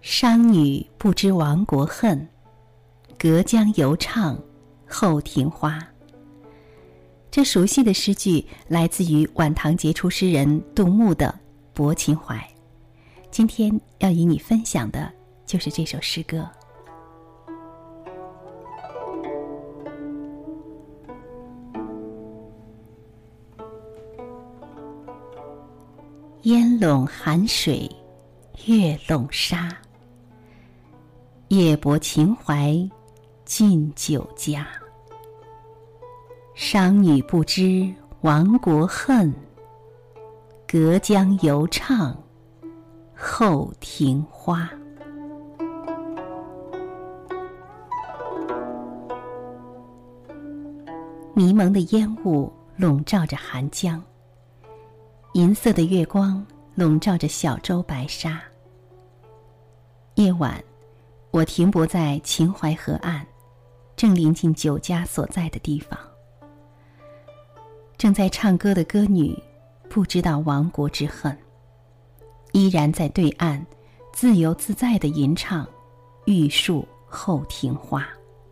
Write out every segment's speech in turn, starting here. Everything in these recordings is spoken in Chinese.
商女不知亡国恨，隔江犹唱后庭花。这熟悉的诗句来自于晚唐杰出诗人杜牧的《泊秦淮》。今天要与你分享的就是这首诗歌。烟笼寒水，月笼沙。夜泊秦淮，尽酒家。商女不知亡国恨，隔江犹唱后庭花。迷蒙的烟雾笼罩着寒江，银色的月光笼罩着小舟白沙。夜晚，我停泊在秦淮河岸，正临近酒家所在的地方。正在唱歌的歌女不知道亡国之恨，依然在对岸自由自在地吟唱玉树后庭花。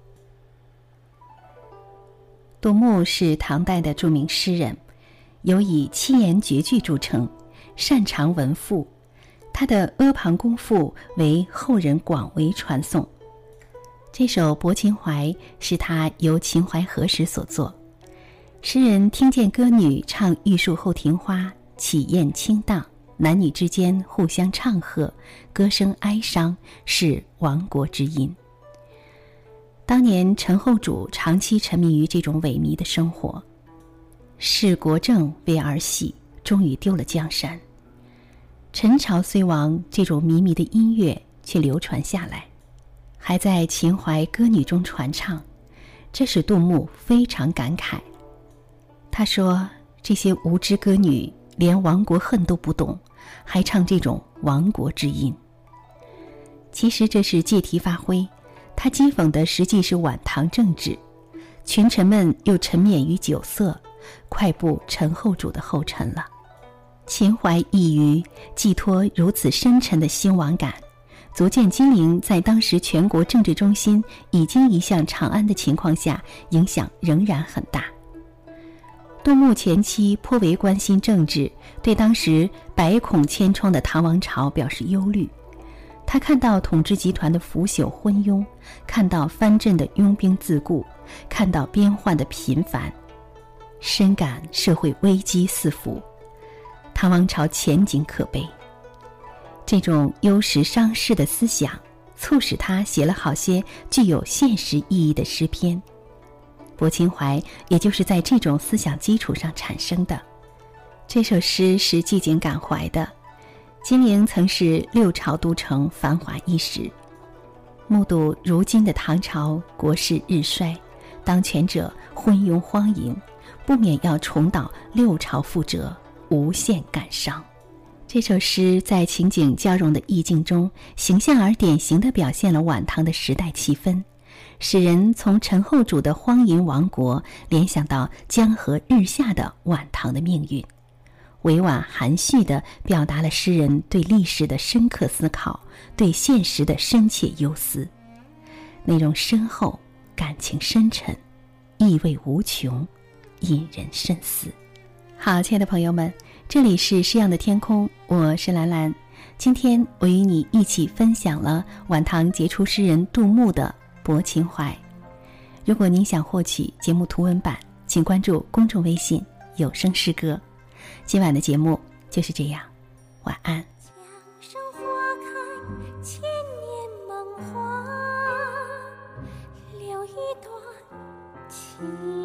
杜牧是唐代的著名诗人，有以七言绝句著称，擅长文赋。他的《阿房宫赋》为后人广为传颂。这首《泊秦淮》是他游秦淮河时所作。诗人听见歌女唱玉树后庭花，起宴清荡，男女之间互相唱和，歌声哀伤，是亡国之音。当年陈后主长期沉迷于这种萎靡的生活，视国政为儿戏，终于丢了江山。陈朝虽亡，这种靡靡的音乐却流传下来，还在秦淮歌女中传唱，这使杜牧非常感慨。他说，这些无知歌女连亡国恨都不懂，还唱这种亡国之音。其实这是借题发挥，他讥讽的实际是晚唐政治，群臣们又沉湎于酒色，快步陈后主的后尘了。秦淮一隅寄托如此深沉的兴亡感，足见金陵在当时全国政治中心已经移向长安的情况下，影响仍然很大。杜牧前期颇为关心政治，对当时百孔千疮的唐王朝表示忧虑。他看到统治集团的腐朽昏庸，看到藩镇的拥兵自固，看到边患的频繁，深感社会危机四伏，唐王朝前景可悲。这种忧时伤势的思想促使他写了好些具有现实意义的诗篇。泊秦淮也就是在这种思想基础上产生的。这首诗是寂静感怀的。金陵曾是六朝都城，繁华一时，目睹如今的唐朝国势日衰，当权者昏庸荒淫，不免要重蹈六朝覆辙，无限感伤。这首诗在情景交融的意境中，形象而典型地表现了晚唐的时代气氛，使人从陈后主的荒淫亡国联想到江河日下的晚唐的命运，委婉含蓄地表达了诗人对历史的深刻思考，对现实的深切忧思，内容深厚，感情深沉，意味无穷，引人深思。好，亲爱的朋友们，这里是诗样的天空，我是兰兰。今天我与你一起分享了晚唐杰出诗人杜牧的《泊秦淮》。如果您想获取节目图文版，请关注公众微信有声诗歌。今晚的节目就是这样，晚安。 江上花开千年梦话，留一段情